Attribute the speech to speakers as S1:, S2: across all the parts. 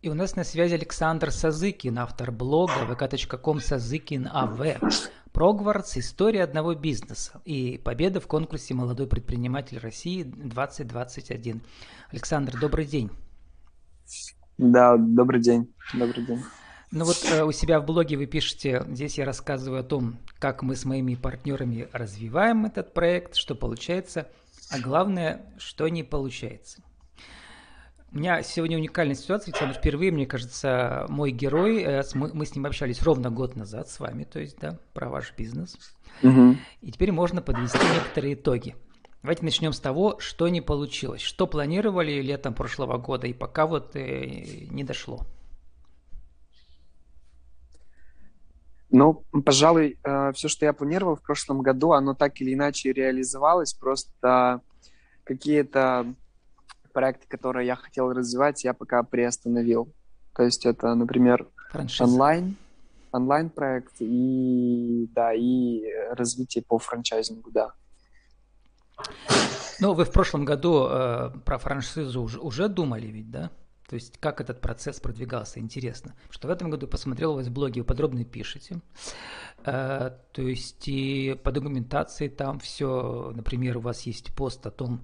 S1: И у нас на связи Александр Сазыкин, автор блога vk.com Sazykин.av. Прогвардс. История одного бизнеса и победа в конкурсе «Молодой предприниматель России 2021». Александр, добрый день.
S2: Да, добрый день. Добрый день.
S1: Ну вот у себя в блоге вы пишете, здесь я рассказываю о том, как мы с моими партнерами развиваем этот проект, что получается, а главное, что не получается. У меня сегодня уникальная ситуация, Александр. Впервые, мне кажется, мой герой, мы с ним общались ровно год назад с вами, то есть, да, про ваш бизнес.
S2: Мгм.
S1: И теперь можно подвести некоторые итоги. Давайте начнем с того, что не получилось. Что планировали летом прошлого года и пока вот не дошло.
S2: Ну, пожалуй, все, что я планировал в прошлом году, оно так или иначе реализовалось. Просто какие-то проекты, которые я хотел развивать, я пока приостановил. То есть это, например,
S1: Франшиза.
S2: онлайн-проект и, да, и развитие по франчайзингу, да.
S1: Ну, вы в прошлом году про франшизу уже думали ведь, да? То есть, как этот процесс продвигался, интересно. Потому что в этом году посмотрел у вас в блоге, вы подробно пишете. То есть, и по документации там все, например, у вас есть пост о том,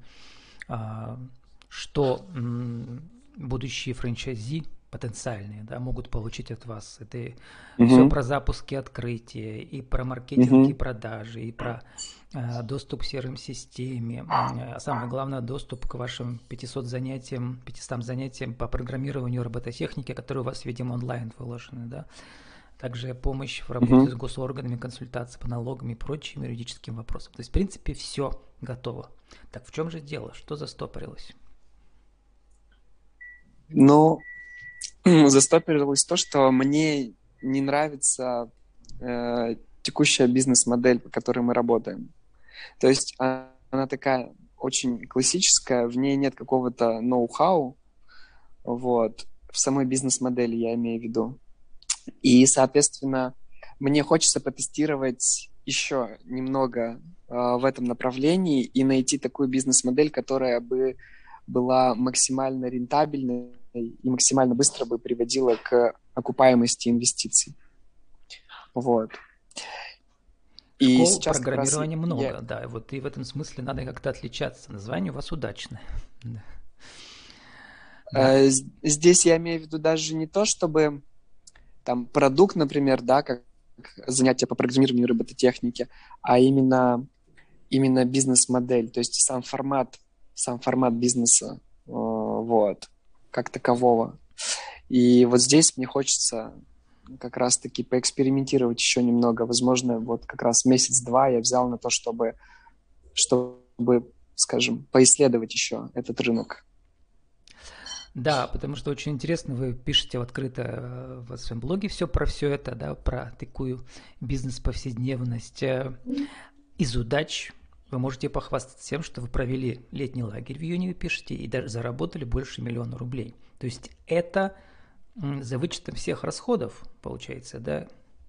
S1: что будущие франчайзи потенциальные, да, могут получить от вас. Это все
S2: Мгм.
S1: про запуски открытия, и про маркетинг, и
S2: Мгм.
S1: продажи, и про доступ к CRM-системе, а самое главное, доступ к вашим 500 занятиям по программированию робототехники, которые у вас, видимо, онлайн выложены, да. Также помощь в работе
S2: Мгм.
S1: с госорганами, консультации по налогам и прочим юридическим вопросам. То есть, в принципе, все готово. Так в чем же дело? Что застопорилось?
S2: Ну, застопорилось то, что мне не нравится текущая бизнес-модель, по которой мы работаем. То есть она такая очень классическая, в ней нет какого-то ноу-хау, вот, в самой бизнес-модели я имею в виду. И, соответственно, мне хочется потестировать еще немного в этом направлении и найти такую бизнес-модель, которая бы была максимально рентабельной и максимально быстро бы приводила к окупаемости инвестиций. Вот. И
S1: Школ
S2: сейчас как раз
S1: программирования
S2: я,
S1: много, да, вот и в этом смысле надо как-то отличаться. Название у вас удачное. Да. Да.
S2: здесь я имею в виду даже не то, чтобы там продукт, например, да, как занятие по программированию робототехники, а именно бизнес-модель, то есть сам формат бизнеса, вот, как такового. И вот здесь мне хочется как раз-таки поэкспериментировать еще немного. Возможно, вот как раз месяц-два я взял на то, чтобы, скажем, поисследовать еще этот рынок.
S1: Да, потому что очень интересно, вы пишете открыто в своем блоге все это, да, про такую бизнес-повседневность. Из удач вы можете похвастаться тем, что вы провели летний лагерь в июне, вы пишете, и даже заработали больше 1 000 000 рублей. То есть это за вычетом всех расходов, получается, да?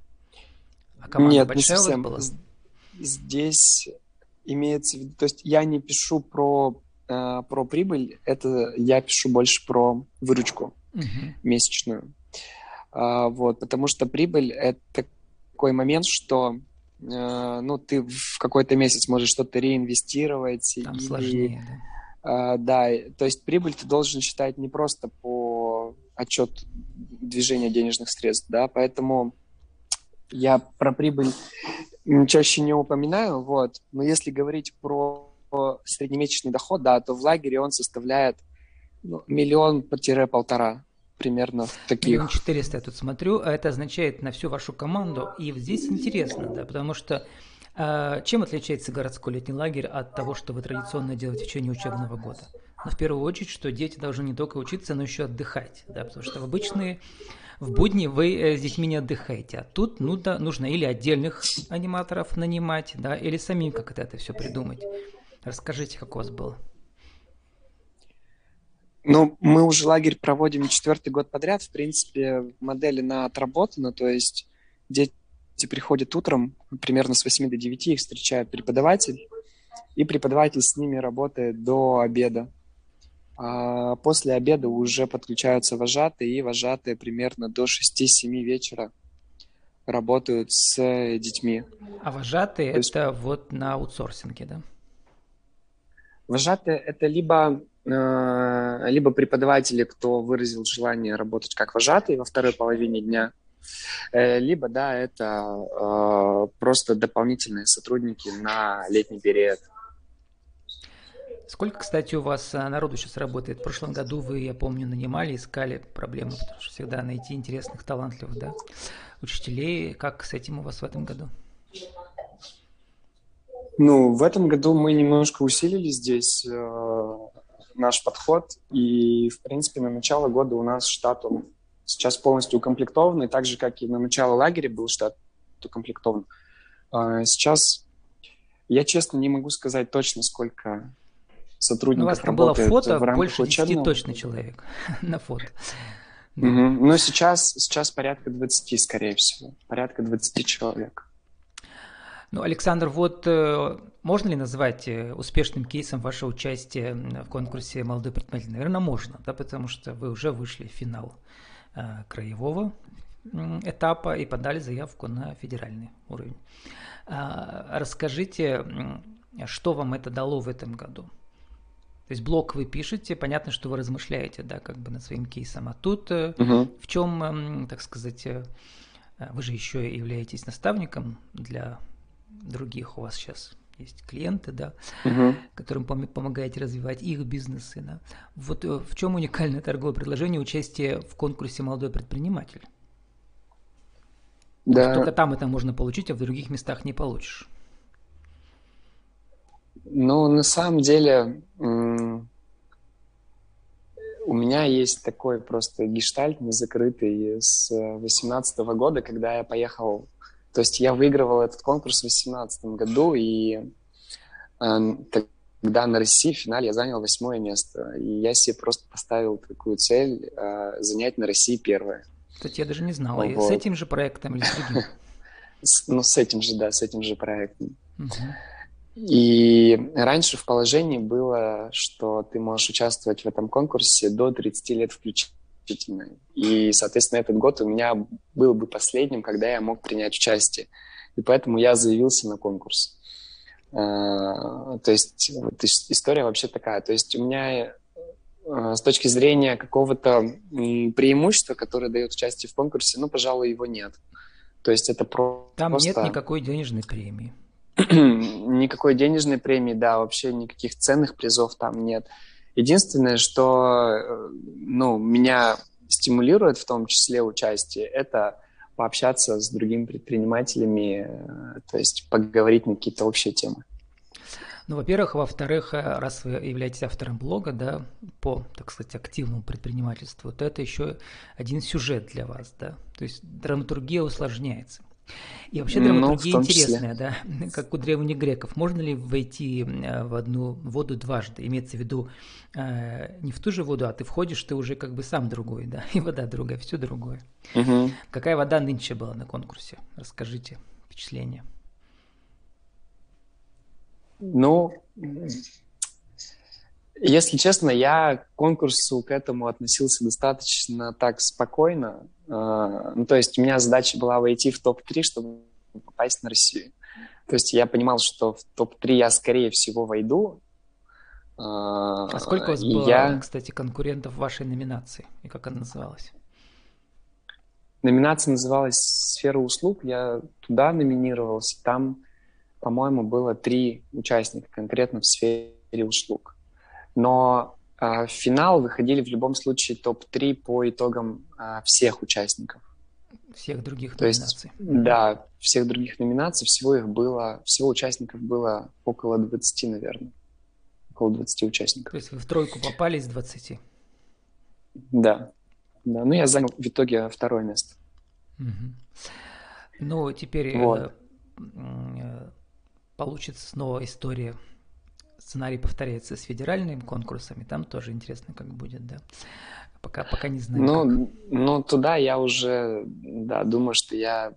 S1: А команда
S2: Нет, не
S1: большая у вас
S2: совсем.
S1: была?
S2: Здесь имеется в виду, то есть я не пишу про прибыль, это я пишу больше про выручку
S1: Мгм.
S2: месячную. Вот, потому что прибыль – это такой момент, что ну, ты в какой-то месяц можешь что-то реинвестировать
S1: Там
S2: или…
S1: сложнее, да.
S2: Да, то есть прибыль ты должен считать не просто по отчету движения денежных средств, да, поэтому я про прибыль чаще не упоминаю, вот. Но если говорить про среднемесячный доход, да, то в лагере он составляет 1 миллион-1,5 примерно в
S1: 1 400 000
S2: таких.
S1: я тут смотрю, а это означает на всю вашу команду. И вот здесь интересно, да, потому что чем отличается городской летний лагерь от того, что вы традиционно делаете в течение учебного года? Ну, в первую очередь, что дети должны не только учиться, но еще отдыхать, да, потому что в будни вы с детьми не отдыхаете, а тут ну, да, нужно или отдельных аниматоров нанимать, да, или самим как это все придумать. Расскажите, как у вас было.
S2: Ну, мы уже лагерь проводим не 4-й год подряд. В принципе, модель она отработана, то есть дети приходят утром, примерно с 8 до 9 их встречает преподаватель, и преподаватель с ними работает до обеда. А после обеда уже подключаются вожатые, и вожатые примерно до 6-7 вечера работают с детьми.
S1: А вожатые –
S2: То есть
S1: это вот на аутсорсинге, да?
S2: вожатые – это либо преподаватели, кто выразил желание работать как вожатый во второй половине дня, либо, да, это просто дополнительные сотрудники на летний период.
S1: Сколько, кстати, у вас народу сейчас работает? В прошлом году вы, я помню, нанимали, искали проблемы, потому что всегда найти интересных, талантливых, да, учителей. Как с этим у вас в этом году?
S2: Ну, в этом году мы немножко усилили здесь наш подход, и, в принципе, на начало года у нас штат, он сейчас полностью укомплектован, и так же, как и на начало лагеря был штат укомплектован. Сейчас я, честно, не могу сказать точно, сколько
S1: Ну, у вас
S2: сотрудников
S1: там было
S2: работает
S1: фото,
S2: в рамках
S1: больше 10
S2: учебного.
S1: точно человек на фото. Да.
S2: Мгм. Но сейчас порядка 20, скорее всего. Порядка 20 человек.
S1: Ну, Александр, вот можно ли назвать успешным кейсом ваше участие в конкурсе «Молодой предприниматель»? Наверное, можно, да, потому что вы уже вышли в финал краевого этапа и подали заявку на федеральный уровень. Расскажите, что вам это дало в этом году? То есть блог вы пишете, понятно, что вы размышляете, да, как бы над своим кейсом. А тут в чем, так сказать, вы же еще являетесь наставником для других, у вас сейчас есть клиенты, да, которым помогаете развивать их бизнесы. Да. Вот в чем уникальное торговое предложение участия в конкурсе «Молодой предприниматель»?
S2: Да.
S1: Только там это можно получить, а в других местах не получишь.
S2: Ну, на самом деле, у меня есть такой просто гештальт незакрытый с 2018 года, когда я поехал. То есть я выигрывал этот конкурс в 2018 году, и тогда на России в финале я занял 8 место. И я себе просто поставил такую цель занять на России первое.
S1: Кстати, я даже не знал.
S2: Вот.
S1: И с этим же проектом или с другим?
S2: Ну, с этим же, да, с этим же проектом.
S1: Угу.
S2: И раньше в положении было, что ты можешь участвовать в этом конкурсе до 30 лет включительно. И, соответственно, этот год у меня был бы последним, когда я мог принять участие. И поэтому я заявился на конкурс. То есть вот история вообще такая. То есть у меня с точки зрения какого-то преимущества, которое дает участие в конкурсе, ну, пожалуй, его нет. То есть это просто...
S1: Там нет никакой денежной премии.
S2: Никакой денежной премии, да, вообще никаких ценных призов там нет. Единственное, что меня стимулирует в том числе участие, это пообщаться с другими предпринимателями, то есть поговорить на какие-то общие темы.
S1: Ну, во-первых. Во-вторых, раз вы являетесь автором блога, да, по, так сказать, активному предпринимательству, то это еще один сюжет для вас, да. То есть драматургия усложняется. И вообще драматургия интересная, да, как у древних греков. Можно ли войти в одну воду дважды? Имеется в виду не в ту же воду, а ты входишь, ты уже как бы сам другой, да, и вода другая, все другое.
S2: Угу.
S1: Какая вода нынче была на конкурсе? Расскажите впечатление.
S2: Ну, если честно, я к конкурсу к этому относился достаточно так спокойно. Ну, то есть у меня задача была войти в топ-3, чтобы попасть на Россию. То есть я понимал, что в топ-3 я, скорее всего, войду.
S1: А сколько у вас было, кстати, конкурентов в вашей номинации? И как она называлась?
S2: Номинация называлась «Сфера услуг». Я туда номинировался. Там, по-моему, было 3 участника конкретно в сфере услуг. Но в финал выходили в любом случае топ-3 по итогам всех участников.
S1: Всех других
S2: номинаций.
S1: То есть,
S2: да, всех других номинаций. Всего участников было около 20, наверное. Около 20 участников.
S1: То есть вы в тройку попали из 20?
S2: Да. Да. Ну, я занял в итоге 2 место.
S1: Ну, теперь
S2: вот.
S1: Получится снова история. Сценарий повторяется с федеральными конкурсами. Там тоже интересно, как будет, да. Пока не знаю.
S2: Ну, туда я уже, да, думаю, что я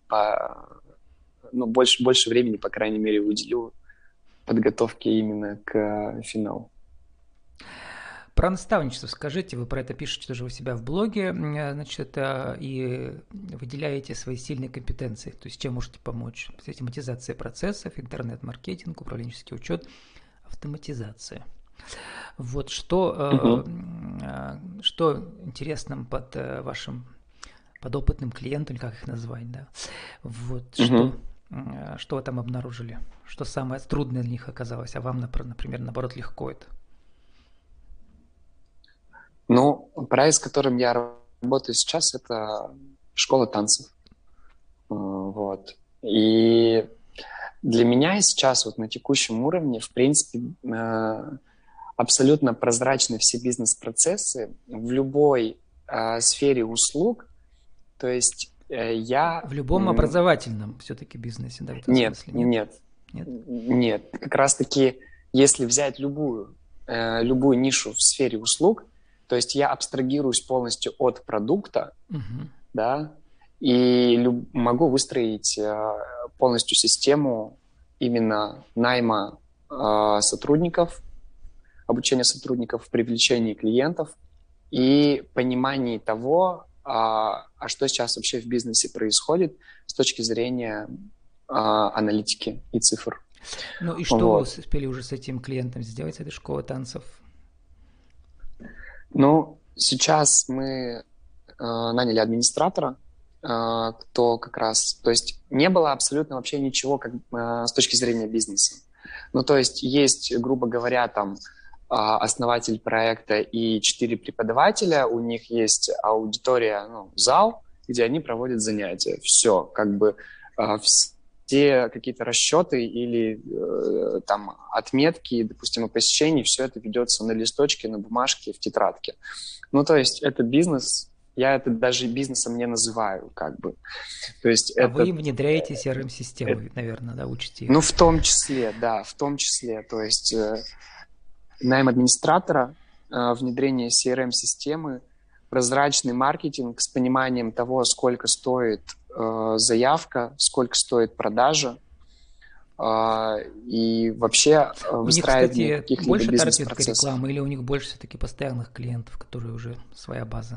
S2: больше времени, по крайней мере, уделю подготовке именно к финалу.
S1: Про наставничество скажите, вы про это пишете тоже у себя в блоге, значит, и выделяете свои сильные компетенции, то есть чем можете помочь. Систематизация процессов, интернет-маркетинг, управленческий учет, автоматизация. Вот что интересно под вашим подопытным клиентом, как их назвать, да? Вот что вы там обнаружили? Что самое трудное для них оказалось, а вам, например, наоборот, легко это?
S2: Ну, проект, с которым я работаю сейчас, это школа танцев. Вот. И для меня сейчас вот на текущем уровне, в принципе, абсолютно прозрачны все бизнес-процессы в любой сфере услуг. То есть я...
S1: В любом образовательном все-таки бизнесе, да, в этом
S2: Нет,
S1: смысле? Нет.
S2: Нет. Как раз-таки, если взять любую нишу в сфере услуг, то есть я абстрагируюсь полностью от продукта, да, и могу выстроить полностью систему именно найма сотрудников, обучения сотрудников, привлечения клиентов и понимании того, что сейчас вообще в бизнесе происходит с точки зрения аналитики и цифр.
S1: Ну и что вы успели уже с этим клиентом сделать, с этой школой танцев?
S2: Ну, сейчас мы наняли администратора, кто как раз... То есть не было абсолютно вообще ничего с точки зрения бизнеса. Ну, то есть, грубо говоря, там основатель проекта и 4 преподавателя, у них есть аудитория, зал, где они проводят занятия. Все, как бы все какие-то расчеты или там отметки, допустим, о посещении, все это ведется на листочке, на бумажке, в тетрадке. Ну, то есть это бизнес, я это даже бизнесом не называю, как бы. То есть
S1: вы внедряете CRM-систему, наверное, да, учите их?
S2: Ну, в том числе, да, в том числе. То есть найм администратора, внедрение CRM-системы, прозрачный маркетинг с пониманием того, сколько стоит заявка, сколько стоит продажа, и вообще выстраивание каких-либо бизнес-процессов.
S1: У них, кстати, больше таргетинг рекламы или у них больше все-таки постоянных клиентов, которые уже своя база?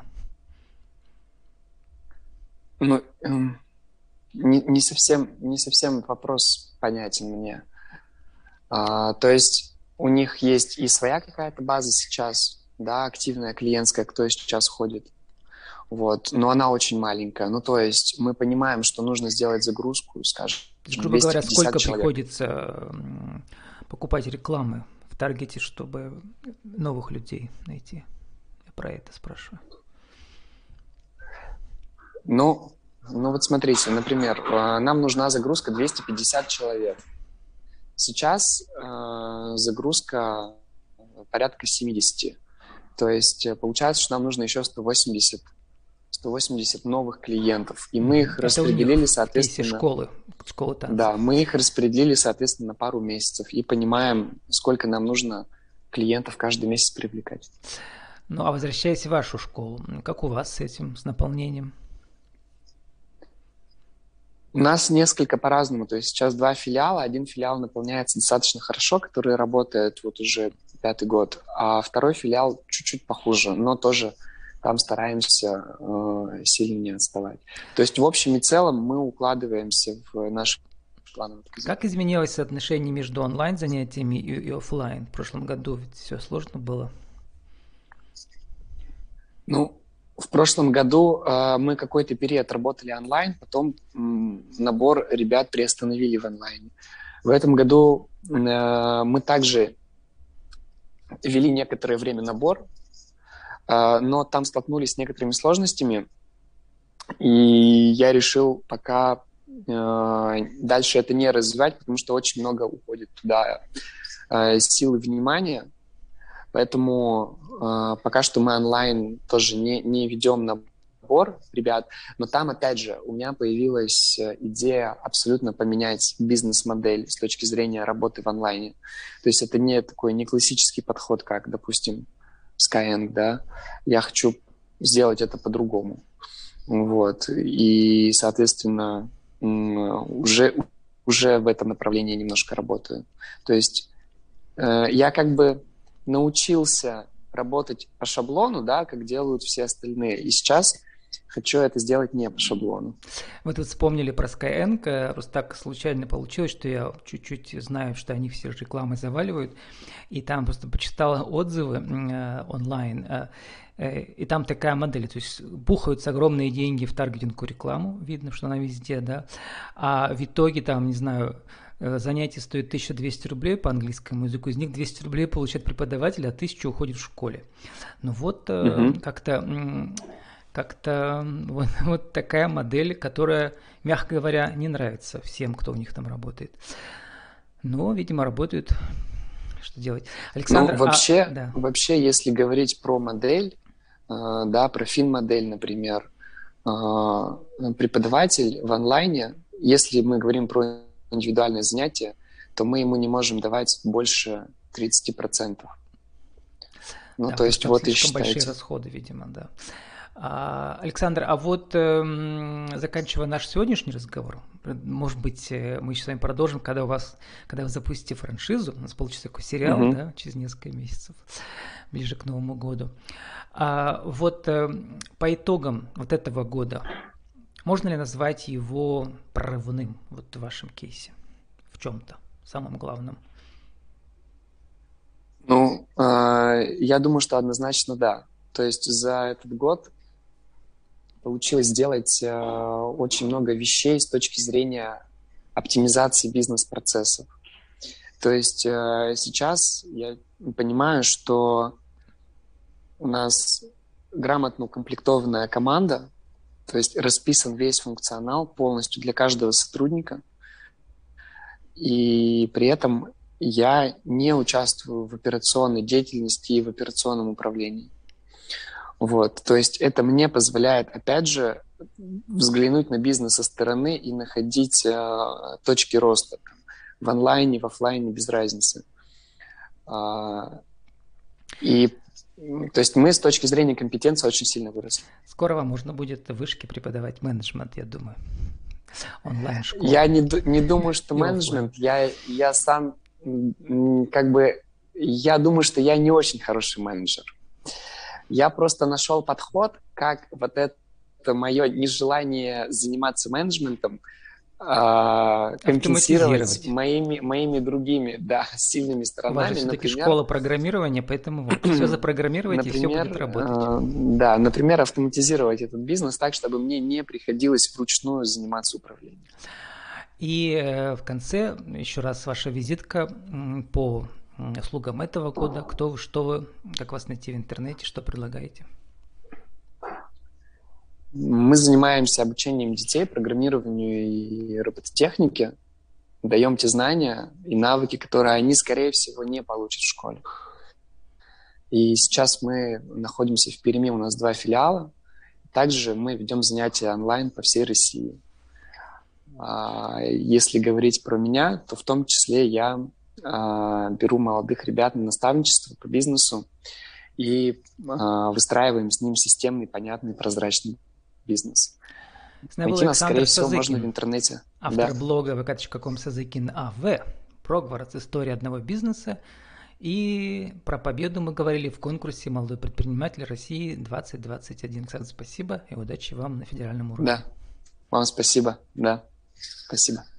S2: Ну, не совсем вопрос понятен мне. То есть у них есть и своя какая-то база сейчас, да, активная клиентская, кто сейчас ходит. Вот, но она очень маленькая. Ну, то есть мы понимаем, что нужно сделать загрузку, скажем,
S1: грубо говоря, сколько
S2: человек.
S1: приходится покупать рекламы в таргете, чтобы новых людей найти? Я про это спрашиваю.
S2: Ну вот смотрите, например, нам нужна загрузка 250 человек. Сейчас загрузка порядка 70. То есть получается, что нам нужно еще 180 новых клиентов. И мы их распределили, соответственно...
S1: школы танцев.
S2: Да, мы их распределили, соответственно, на пару месяцев и понимаем, сколько нам нужно клиентов каждый месяц привлекать.
S1: Ну, а возвращаясь в вашу школу, как у вас с этим, с наполнением?
S2: У нас несколько по-разному. То есть сейчас 2 филиала. Один филиал наполняется достаточно хорошо, который работает вот уже 5-й год, а второй филиал чуть-чуть похуже, но тоже там стараемся сильно не отставать. То есть в общем и целом мы укладываемся в наши планы.
S1: Как изменилось соотношение между онлайн-занятиями и офлайн? В прошлом году ведь все сложно было.
S2: Ну, в прошлом году мы какой-то период работали онлайн, потом набор ребят приостановили в онлайне. В этом году мы также вели некоторое время набор, но там столкнулись с некоторыми сложностями, и я решил пока дальше это не развивать, потому что очень много уходит туда сил и внимания. Поэтому пока что мы онлайн тоже не ведем набор ребят, но там, опять же, у меня появилась идея абсолютно поменять бизнес-модель с точки зрения работы в онлайне. То есть это не классический подход, как, допустим, Skyeng, да. Я хочу сделать это по-другому. Вот. И, соответственно, уже в этом направлении немножко работаю. То есть я как бы научился работать по шаблону, да, как делают все остальные. И сейчас хочу это сделать не по шаблону.
S1: Вы тут вспомнили про Skyeng, просто так случайно получилось, что я чуть-чуть знаю, что они все рекламой заваливают, и там просто почитал отзывы онлайн, и там такая модель, то есть бухаются огромные деньги в таргетинговую рекламу, видно, что она везде, да, а в итоге там, не знаю, занятие стоит 1200 рублей по английскому языку, из них 200 рублей получает преподаватель, а 1000 уходит в школе. Ну вот как-то вот такая модель, которая, мягко говоря, не нравится всем, кто у них там работает. Но, видимо, работают. Что делать? Александр,
S2: ну, вообще,
S1: да.
S2: вообще, если говорить про модель, да, про фин-модель, например, преподаватель в онлайне, если мы говорим про индивидуальное занятие, то мы ему не можем давать больше 30%. Ну,
S1: Да,
S2: то есть вот и
S1: слишком
S2: считайте.
S1: большие расходы, видимо, да. Александр, а вот заканчивая наш сегодняшний разговор, может быть, мы еще с вами продолжим, когда вы запустите франшизу, у нас получится такой сериал, да, через несколько месяцев, ближе к Новому году. Вот по итогам вот этого года, можно ли назвать его прорывным, вот в вашем кейсе, в чем-то, самым главным?
S2: Ну, я думаю, что однозначно да. То есть за этот год получилось сделать очень много вещей с точки зрения оптимизации бизнес-процессов. То есть сейчас я понимаю, что у нас грамотно укомплектованная команда, то есть расписан весь функционал полностью для каждого сотрудника, и при этом я не участвую в операционной деятельности и в операционном управлении. Вот, то есть это мне позволяет, опять же, взглянуть на бизнес со стороны и находить точки роста в онлайне, в офлайне, без разницы. И то есть мы с точки зрения компетенции очень сильно выросли.
S1: Скоро вам можно будет в вышке преподавать менеджмент, я думаю. Онлайн-школа.
S2: Я не думаю, что менеджмент. Я сам как бы... Я думаю, что я не очень хороший менеджер. Я просто нашел подход, как вот это мое нежелание заниматься менеджментом компенсировать моими другими, да, сильными сторонами.
S1: У вас же все-таки школа программирования, поэтому вот все запрограммируете, и все будет работать.
S2: Да, например, автоматизировать этот бизнес так, чтобы мне не приходилось вручную заниматься управлением.
S1: И в конце еще раз ваша визитка по услугам этого года. Кто вы, что вы, как вас найти в интернете, что предлагаете?
S2: Мы занимаемся обучением детей программированию и робототехнике, даем те знания и навыки, которые они, скорее всего, не получат в школе. И сейчас мы находимся в Перми, у нас 2 филиала. Также мы ведем занятия онлайн по всей России. Если говорить про меня, то в том числе я беру молодых ребят на наставничество по бизнесу и выстраиваем с ним системный, понятный, прозрачный бизнес.
S1: Найти нас, скорее всего,
S2: можно в интернете.
S1: Автор блога vk.com Сазыкин А.В. Прогвардс. История одного бизнеса. И про победу мы говорили в конкурсе «Молодой предприниматель России 2021». Кстати, спасибо и удачи вам на федеральном уровне.
S2: Да, вам спасибо. Да, спасибо.